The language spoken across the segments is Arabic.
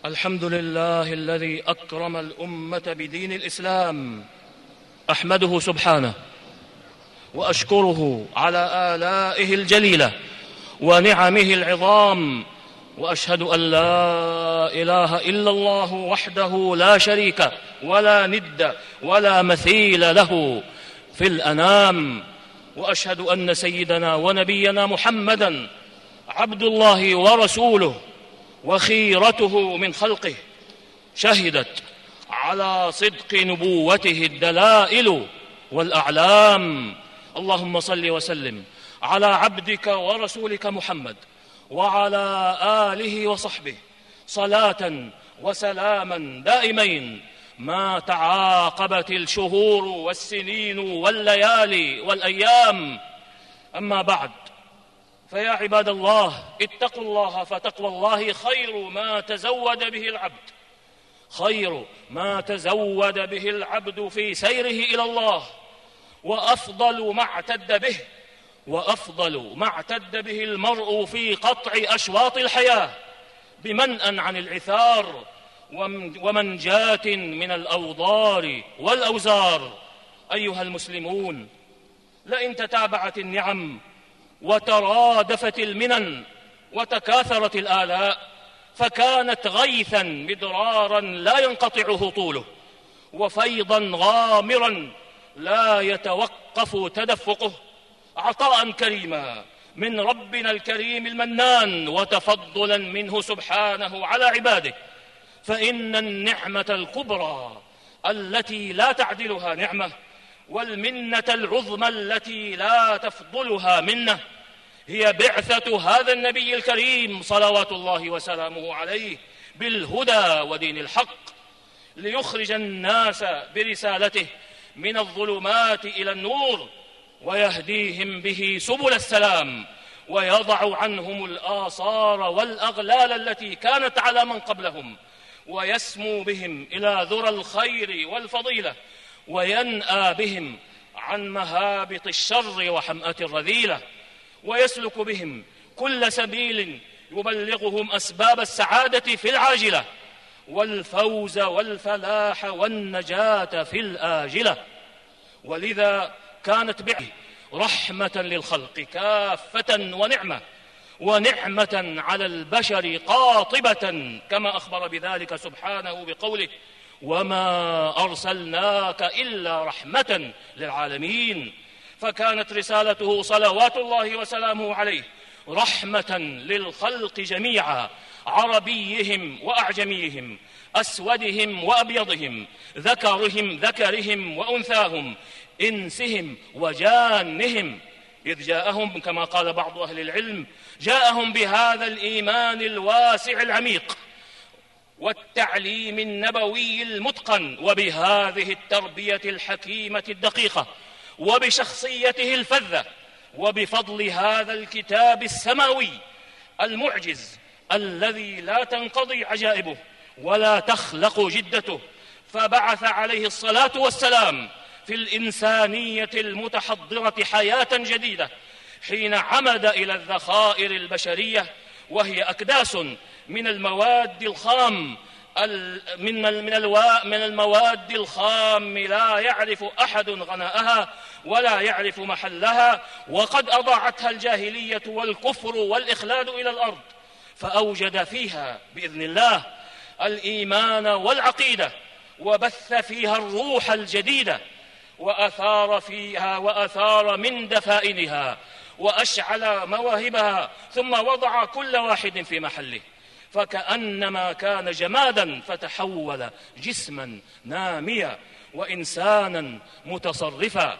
الحمد لله الذي أكرم الأمة بدين الإسلام، أحمده سبحانه وأشكره على آلائه الجليلة ونعمه العظام، وأشهد أن لا إله إلا الله وحده لا شريك ولا ند ولا مثيل له في الأنام، وأشهد أن سيدنا ونبينا محمدًا عبد الله ورسوله وخيرته من خلقه، شهدت على صدق نبوته الدلائل والأعلام. اللهم صل وسلم على عبدك ورسولك محمد وعلى آله وصحبه صلاة وسلاما دائمين ما تعاقبت الشهور والسنين والليالي والأيام. أما بعد، فيا عباد الله، اتقوا الله، فتقوى الله خير ما تزود به العبد، خير ما تزود به العبد في سيره إلى الله، وأفضل ما اعتد به، وأفضل ما اعتد به المرء في قطع أشواط الحياة بمنأ عن العثار ومنجاة من الأوضار والأوزار. أيها المسلمون، لئن تتابعت النعم وترادفت المنن وتكاثرت الآلاء فكانت غيثا مدرارا لا ينقطع هطوله، وفيضا غامرا لا يتوقف تدفقه، عطاء كريما من ربنا الكريم المنان، وتفضلا منه سبحانه على عباده. فإن النعمة الكبرى التي لا تعدلها نعمة، والمنة العظمى التي لا تفضلها منة، هي بعثة هذا النبي الكريم صلوات الله وسلامه عليه بالهدى ودين الحق، ليخرج الناس برسالته من الظلمات إلى النور، ويهديهم به سبل السلام، ويضع عنهم الآثار والأغلال التي كانت على من قبلهم، ويسمو بهم إلى ذرى الخير والفضيلة، وينأى بهم عن مهابط الشر وحمأة الرذيلة، ويسلك بهم كل سبيل يبلغهم أسباب السعادة في العاجلة، والفوز والفلاح والنجاة في الآجلة. ولذا كانت بعثته رحمة للخلق كافة، ونعمة على البشر قاطبة، كما أخبر بذلك سبحانه بقوله: وما أرسلناك إلا رحمة للعالمين. فكانت رسالته صلوات الله وسلامه عليه رحمة للخلق جميعا، عربيهم وأعجميهم، أسودهم وأبيضهم، ذكرهم وأنثاهم، إنسهم وجانهم، إذ جاءهم كما قال بعض أهل العلم: جاءهم بهذا الإيمان الواسع العميق والتعليم النبوي المتقن، وبهذه التربية الحكيمة الدقيقة، وبشخصيته الفذة، وبفضل هذا الكتاب السماوي المعجز الذي لا تنقضي عجائبه ولا تخلق جدته. فبعث عليه الصلاة والسلام في الإنسانية المتحضرة حياة جديدة، حين عمد إلى الذخائر البشرية، وهي أكداس من المواد الخام، من المواد الخام لا يعرف أحد غناءها ولا يعرف محلها، وقد أضاعتها الجاهلية والكفر والإخلاد إلى الأرض، فأوجد فيها بإذن الله الإيمان والعقيدة، وبث فيها الروح الجديدة، وأثار من دفائنها، وأشعل مواهبها، ثم وضع كل واحد في محله، فكأنما كان جمادا فتحول جسما ناميا وإنسانا متصرفا،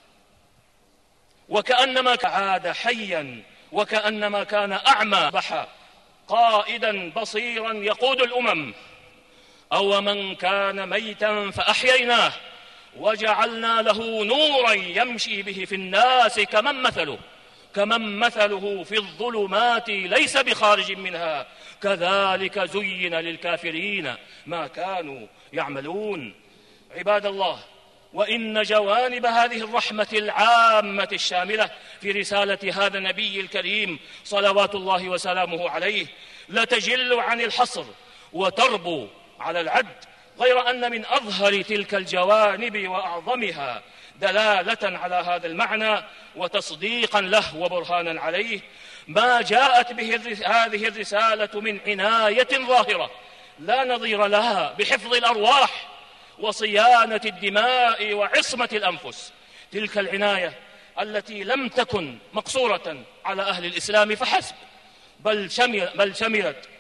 وكأنما عاد حيا، وكأنما كان أعمى بحا قائدا بصيرا يقود الأمم. أو من كان ميتا فأحييناه وجعلنا له نورا يمشي به في الناس كمن مثله في الظلمات ليس بخارج منها، كذلك زين للكافرين ما كانوا يعملون. عباد الله، وإن جوانب هذه الرحمة العامة الشاملة في رسالة هذا النبي الكريم صلوات الله وسلامه عليه لتجل عن الحصر، وتربو على العد، غير أن من أظهر تلك الجوانب وأعظمها دلالة على هذا المعنى وتصديقا له وبرهانا عليه ما جاءت به هذه الرسالة من عناية ظاهرة لا نظير لها بحفظ الأرواح وصيانة الدماء وعصمة الأنفس. تلك العناية التي لم تكن مقصورة على أهل الإسلام فحسب، بل شملت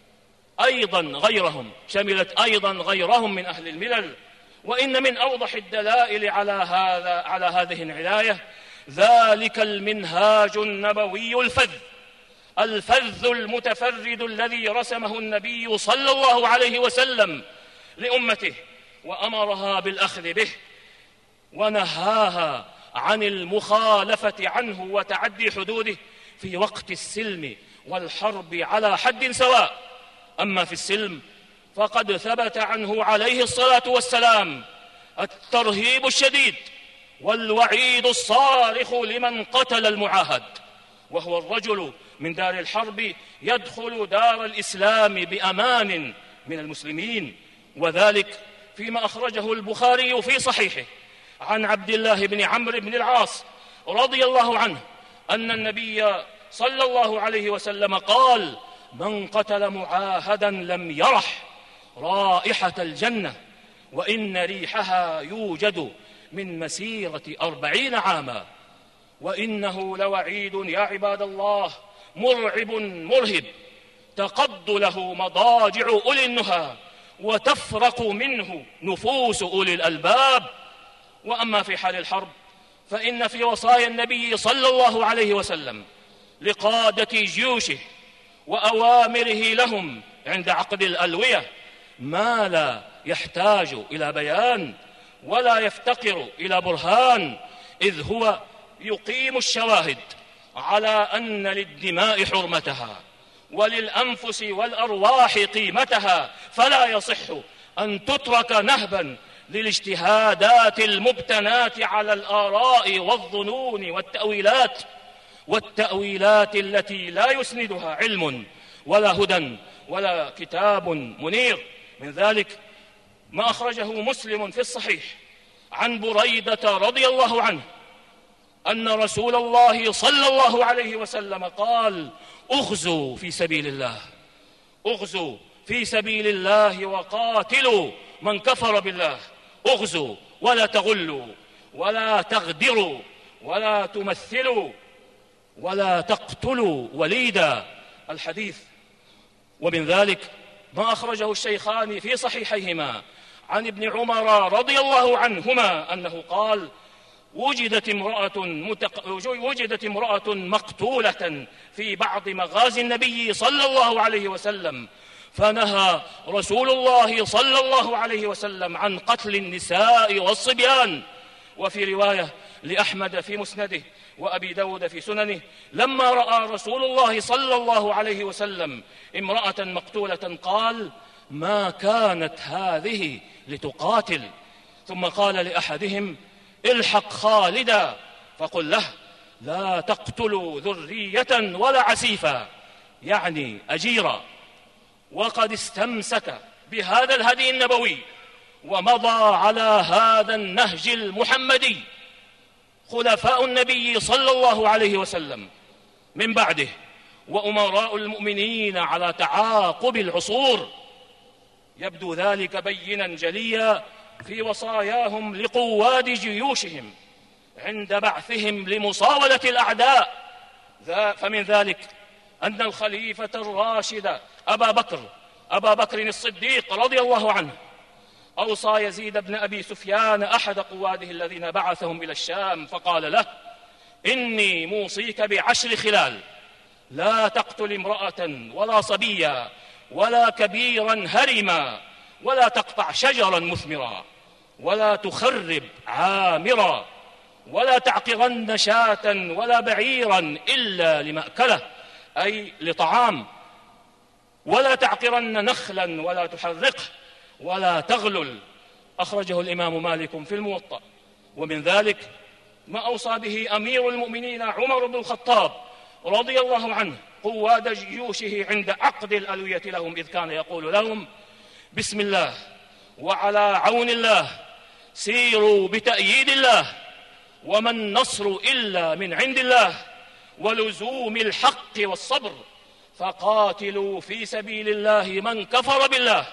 أيضا غيرهم من أهل الملل. وإن من أوضح الدلائل على هذه العناية ذلك المنهاج النبوي الفذ المتفرد الذي رسمه النبي صلى الله عليه وسلم لأمته، وأمرها بالأخذ به ونهاها عن المخالفة عنه وتعدي حدوده في وقت السلم والحرب على حد سواء. أما في السلم فقد ثبت عنه عليه الصلاة والسلام الترهيب الشديد والوعيد الصارخ لمن قتل المعاهد، وهو الرجل من دار الحرب يدخل دار الإسلام بأمان من المسلمين. وذلك فيما أخرجه البخاري في صحيحه عن عبد الله بن عمرو بن العاص رضي الله عنه أن النبي صلى الله عليه وسلم قال: من قتل معاهدا لم يرح رائحة الجنة وإن ريحها يوجد من مسيرة 40 عاما. وإنه لوعيد يا عباد الله مرعب مرهب تقض له مضاجع أولي النهى وتفرق منه نفوس أولي الألباب. وأما في حال الحرب فإن في وصايا النبي صلى الله عليه وسلم لقادة جيوشه وأوامره لهم عند عقد الألوية ما لا يحتاج إلى بيان ولا يفتقر إلى برهان، إذ هو يقيم الشواهد على أن للدماء حرمتها وللأنفس والأرواح قيمتها، فلا يصح أن تترك نهبا للاجتهادات المبتناة على الآراء والظنون والتأويلات التي لا يسندها علم ولا هدى ولا كتاب منير. من ذلك ما أخرجه مسلم في الصحيح عن بريدة رضي الله عنه أن رسول الله صلى الله عليه وسلم قال: اغزوا في سبيل الله، اغزوا في سبيل الله وقاتلوا من كفر بالله، اغزوا ولا تغلوا ولا تغدروا ولا تمثلوا ولا تقتلوا وليدا. الحديث. ومن ذلك ما أخرجه الشيخان في صحيحيهما عن ابن عمر رضي الله عنهما أنه قال: وجدت امرأة مقتولة في بعض مغازي النبي صلى الله عليه وسلم، فنهى رسول الله صلى الله عليه وسلم عن قتل النساء والصبيان. وفي رواية لأحمد في مسنده وأبي داود في سننه: لما رأى رسول الله صلى الله عليه وسلم امرأة مقتولة قال: ما كانت هذه لتقاتل. ثم قال لأحدهم: الحق خالدا فقل له لا تقتلوا ذرية ولا عسيفا، يعني أجيرا. وقد استمسك بهذا الهدي النبوي ومضى على هذا النهج المحمدي خلفاء النبي صلى الله عليه وسلم من بعده وأمراء المؤمنين على تعاقب العصور. يبدو ذلك بينا جليا في وصاياهم لقواد جيوشهم عند بعثهم لمصاولة الأعداء. فمن ذلك أن الخليفة الراشد أبا بكر الصديق رضي الله عنه أوصى يزيد بن أبي سفيان أحد قواده الذين بعثهم إلى الشام فقال له: إني موصيك ب10 خلال: لا تقتل امرأة ولا صبيا ولا كبيرا هرما ولا تقطع شجرا مثمرا ولا تخرب عامرا ولا تعقرن شاة ولا بعيرا إلا لمأكله، أي لطعام، ولا تعقرن نخلا ولا تحرقه ولا تغلل. أخرجه الإمام مالك في الموطأ. ومن ذلك ما أوصى به أمير المؤمنين عمر بن الخطاب رضي الله عنه قواد جيوشه عند عقد الألوية لهم، إذ كان يقول لهم: بسم الله وعلى عون الله سيروا بتأييد الله، وما النصر إلا من عند الله، ولزوم الحق والصبر، فقاتلوا في سبيل الله من كفر بالله،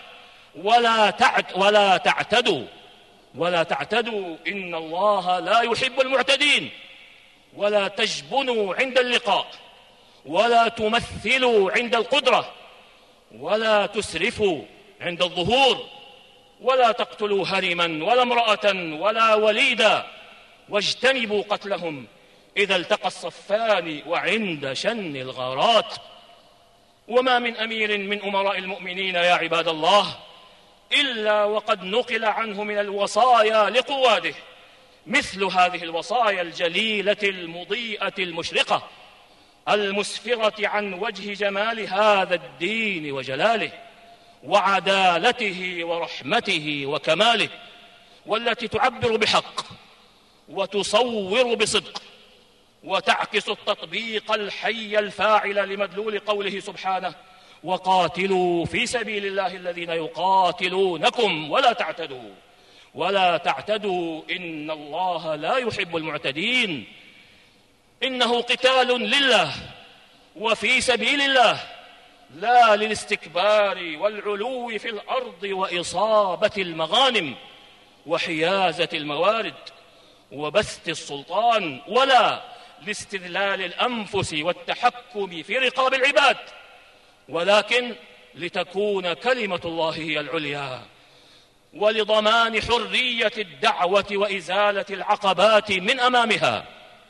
ولا تعتدوا إن الله لا يحب المعتدين، ولا تجبنوا عند اللقاء، ولا تمثلوا عند القدرة، ولا تسرفوا عند الظهور، ولا تقتلوا هرما ولا امرأة ولا وليدا، واجتنبوا قتلهم إذا التقى الصفان وعند شن الغارات. وما من أمير من أمراء المؤمنين يا عباد الله إلا وقد نقل عنه من الوصايا لقواده مثل هذه الوصايا الجليلة المضيئة المشرقة المسفرة عن وجه جمال هذا الدين وجلاله وعدالته ورحمته وكماله، والتي تعبر بحق وتصور بصدق وتعكس التطبيق الحي الفاعل لمدلول قوله سبحانه: وقاتلوا في سبيل الله الذين يقاتلونكم ولا تعتدوا إن الله لا يحب المعتدين. إنه قتال لله وفي سبيل الله، لا للاستكبار والعلو في الأرض وإصابة المغانم وحيازة الموارد وبسط السلطان، ولا لاستذلال الأنفس والتحكم في رقاب العباد، ولكن لتكون كلمة الله هي العليا، ولضمان حرية الدعوة وإزالة العقبات من أمامها،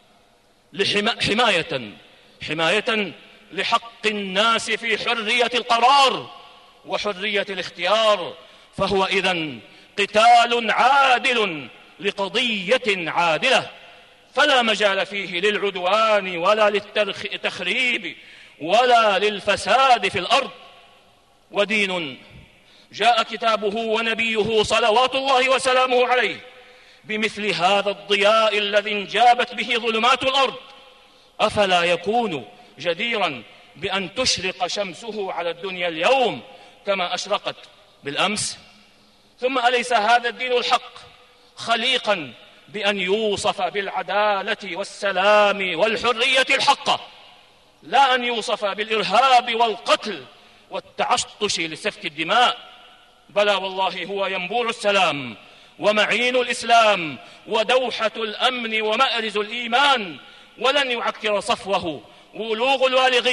حماية لحق الناس في حرية القرار وحرية الاختيار. فهو إذن قتال عادل لقضية عادلة، فلا مجال فيه للعدوان ولا للتخريب ولا للفساد في الأرض. ودين جاء كتابه ونبيه صلوات الله وسلامه عليه بمثل هذا الضياء الذي انجابت به ظلمات الأرض، أفلا يكون جديرا بأن تشرق شمسه على الدنيا اليوم كما أشرقت بالأمس؟ ثم أليس هذا الدين الحق خليقا بأن يوصف بالعدالة والسلام والحرية الحقة، لا أن يوصف بالإرهاب والقتل والتعطش لسفك الدماء؟ بلى والله هو ينبوع السلام ومعين الإسلام ودوحة الأمن ومأرز الإيمان، ولن يعكر صفوه ولوغ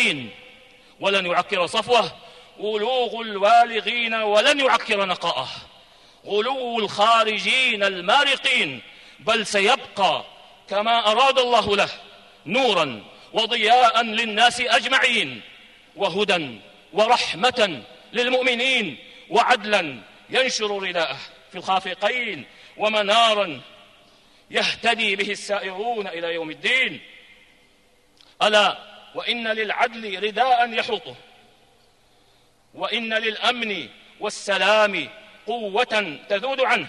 الوالغين ولن يعكر نقاءه غلو الخارجين المارقين، بل سيبقى كما أراد الله له نورا وضياء للناس أجمعين، وهدى ورحمة للمؤمنين، وعدلا ينشر رداءه في الخافقين، ومنارا يهتدي به السائرون إلى يوم الدين. ألا وإن للعدل رداء يحوطه، وإن للأمن والسلام قوة تذود عنه،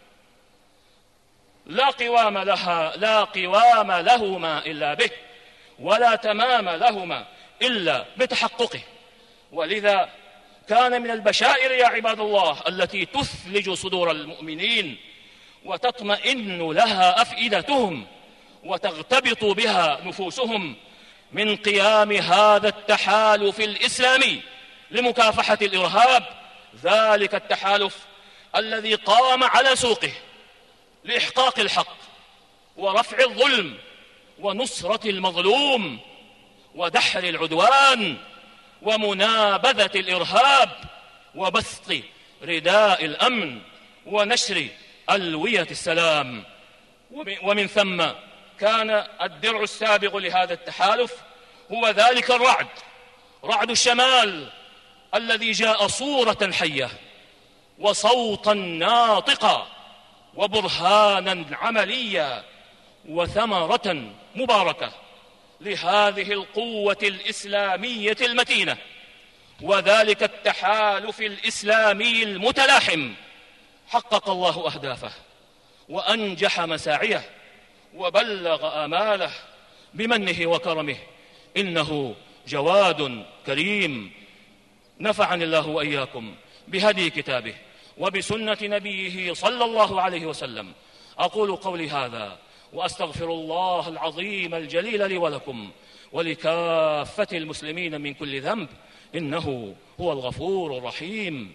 لا قوام لهما إلا به، ولا تمام لهما إلا بتحققه. ولذا كان من البشائر يا عباد الله التي تثلج صدور المؤمنين وتطمئن لها أفئدتهم وتغتبط بها نفوسهم من قيام هذا التحالف الإسلامي لمكافحة الإرهاب، ذلك التحالف الذي قام على سوقه لإحقاق الحق ورفع الظلم ونصرة المظلوم ودحر العدوان ومنابذة الإرهاب وبسط رداء الأمن ونشر ألوية السلام. ومن ثم كان الدرع السابق لهذا التحالف هو ذلك رعد الشمال الذي جاء صورة حية وصوتا ناطقا وبرهانا عمليا وثمرة مباركة لهذه القوة الإسلامية المتينة، وذلك التحالف الإسلامي المتلاحم حقق الله أهدافه وأنجح مساعيه وبلغ آماله بمنه وكرمه، إنه جواد كريم، نفعني الله وإياكم بهدي كتابه وبسنة نبيه صلى الله عليه وسلم. أقول قولي هذا وأستغفر الله العظيم الجليل لي ولكم ولكافة المسلمين من كل ذنب، إنه هو الغفور الرحيم.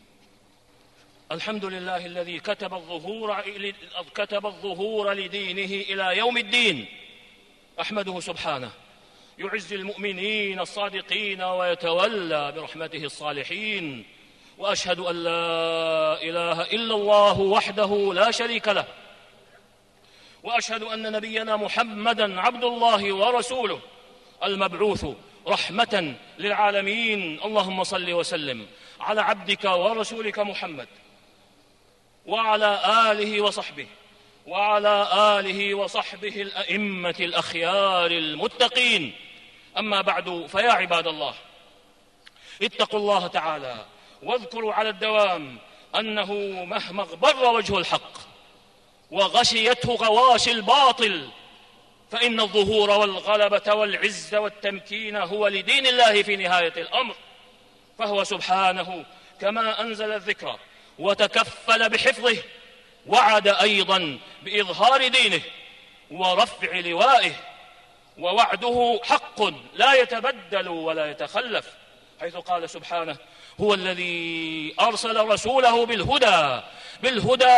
الحمد لله الذي كتب الظهور لدينه إلى يوم الدين. أحمده سبحانه، يعز المؤمنين الصادقين ويتولى برحمته الصالحين. وأشهد أن لا إله إلا الله وحده لا شريك له، وأشهد أن نبينا محمدًا عبد الله ورسوله المبعوث رحمة للعالمين. اللهم صل وسلم على عبدك ورسولك محمد وعلى آله وصحبه الأئمة الأخيار المتقين. أما بعد، فيا عباد الله، اتقوا الله تعالى واذكروا على الدوام أنه مهما اغبر وجه الحق وغشيته غواشي الباطل، فإن الظهور والغلبة والعز والتمكين هو لدين الله في نهاية الأمر. فهو سبحانه كما أنزل الذكر وتكفل بحفظه، وعد أيضا بإظهار دينه ورفع لوائه، ووعده حق لا يتبدل ولا يتخلف، حيث قال سبحانه: هو الذي أرسل رسوله بالهدى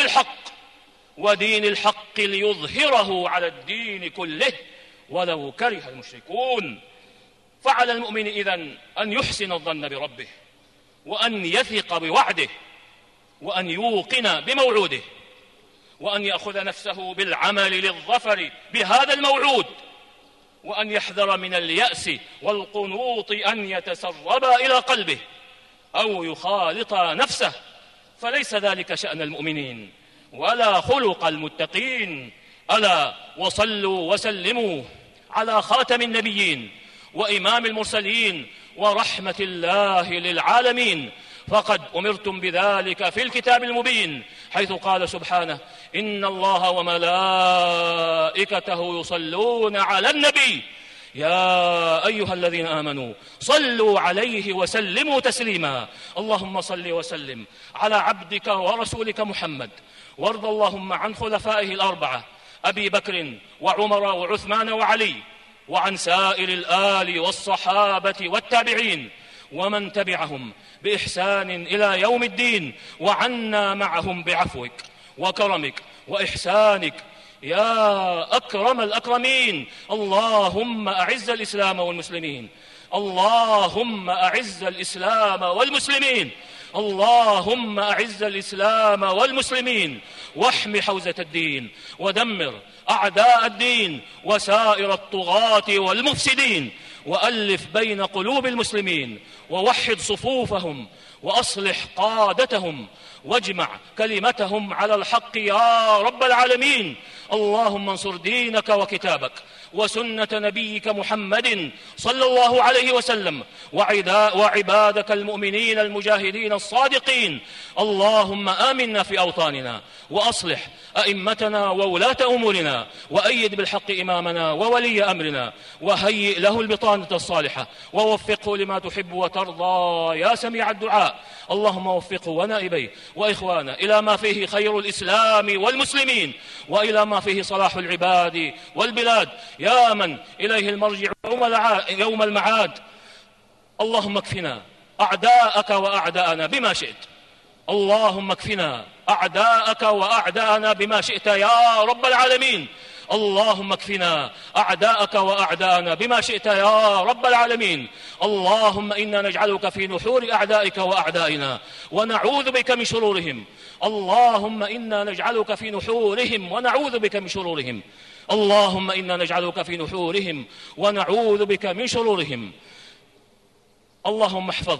ودين الحق ليظهره على الدين كله ولو كره المشركون. فعلى المؤمن إذن أن يحسن الظن بربه، وأن يثق بوعده، وأن يوقن بموعوده، وأن يأخذ نفسه بالعمل للظفر بهذا الموعود، وأن يحذر من اليأس والقنوط أن يتسربا إلى قلبه أو يخالطا نفسه، فليس ذلك شأن المؤمنين ولا خلق المتقين. ألا وصلوا وسلموا على خاتم النبيين وإمام المرسلين ورحمة الله للعالمين، فقد أمرتم بذلك في الكتاب المبين، حيث قال سبحانه: إن الله وملائكته يصلون على النبي يا أيها الذين آمنوا صلوا عليه وسلموا تسليما. اللهم صل وسلم على عبدك ورسولك محمد، وارض اللهم عن خلفائه الأربعة أبي بكر وعمر وعثمان وعلي، وعن سائر الآل والصحابة والتابعين ومن تبعهم بإحسان إلى يوم الدين، وعنا معهم بعفوك وكرمك وإحسانك يا أكرم الأكرمين. اللهم أعز الإسلام والمسلمين، اللهم أعز الإسلام والمسلمين، اللهم أعز الإسلام والمسلمين، واحم حوزة الدين، ودمر أعداء الدين وسائر الطغاة والمفسدين، وألف بين قلوب المسلمين، ووحد صفوفهم، وأصلح قادتهم، واجمع كلمتهم على الحق يا رب العالمين. اللهم انصر دينك وكتابك وسنة نبيك محمد صلى الله عليه وسلم وعبادك المؤمنين المجاهدين الصادقين. اللهم آمنا في أوطاننا، وأصلح أئمتنا وولاة أمورنا، وأيد بالحق إمامنا وولي أمرنا، وهيئ له البطانة الصالحة، ووفقه لما تحب وترضى يا سميع الدعاء. اللهم وفقه ونائبيه وإخوانه إلى ما فيه خير الإسلام والمسلمين، وإلى ما فيه صلاح العباد والبلاد، يا من إليه المرجع يوم المعاد. اللهم اكفنا أعداءك وأعداءنا بما شئت، اللهم اكفنا أعداءك وأعداءنا بما شئت يا رب العالمين. اللهم اكفنا أعداءك وأعداءنا بما شئت يا رب العالمين. اللهم إنا نجعلك في نحور أعدائك وأعدائنا ونعوذ بك من شرورهم. اللهم إنا نجعلك في نحورهم ونعوذ بك من شرورهم. اللهم إنا نجعلك في نحورهم ونعوذ بك من شرورهم. اللهم احفظ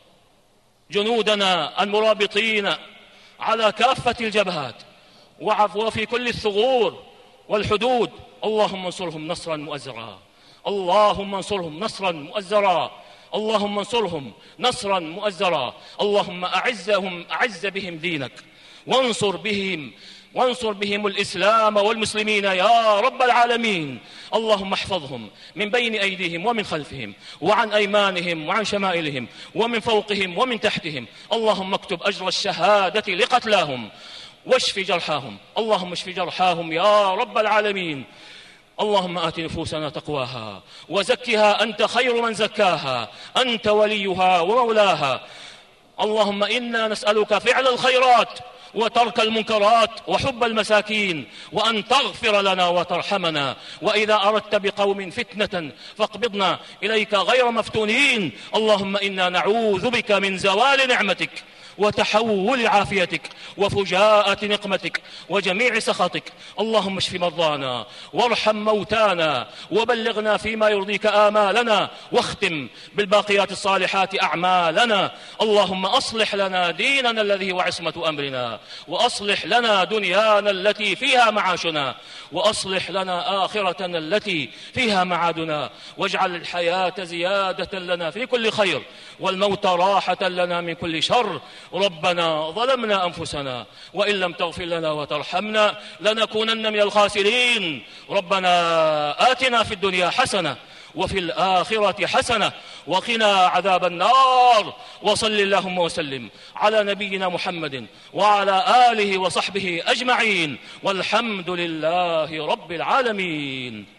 جنودنا المرابطين على كافة الجبهات وفي كل الثغور والحدود. اللهم انصرهم نصرا مؤزرا، اللهم انصرهم نصرا مؤزرا، اللهم انصرهم نصرا مؤزرا. اللهم أعز بهم دينك، وانصر بهم وانصر بهم الإسلام والمسلمين يا رب العالمين. اللهم احفظهم من بين أيديهم ومن خلفهم وعن أيمانهم وعن شمائلهم ومن فوقهم ومن تحتهم. اللهم اكتب أجر الشهادة لقتلاهم واشف جرحاهم. اللهم اشف جرحاهم يا رب العالمين. اللهم آت نفوسنا تقواها وزكها أنت خير من زكاها، أنت وليها ومولاها. اللهم إنا نسألك فعل الخيرات وترك المنكرات وحب المساكين، وأن تغفر لنا وترحمنا، وإذا أردت بقوم فتنة فاقبضنا إليك غير مفتونين. اللهم إنا نعوذ بك من زوال نعمتك وتحول عافيتك وفجاءة نقمتك وجميع سخطك. اللهم اشف مرضانا وارحم موتانا وبلغنا فيما يرضيك آمالنا، واختم بالباقيات الصالحات أعمالنا. اللهم أصلح لنا ديننا الذي هو عصمة أمرنا، وأصلح لنا دنيانا التي فيها معاشنا، وأصلح لنا آخرتنا التي فيها معادنا، واجعل الحياة زيادة لنا في كل خير والموت راحة لنا من كل شر. ربنا ظلمنا أنفسنا وإن لم تغفر لنا وترحمنا لنكونن من الخاسرين. ربنا آتنا في الدنيا حسنة وفي الآخرة حسنة وقنا عذاب النار. وصل اللهم وسلم على نبينا محمد وعلى آله وصحبه أجمعين، والحمد لله رب العالمين.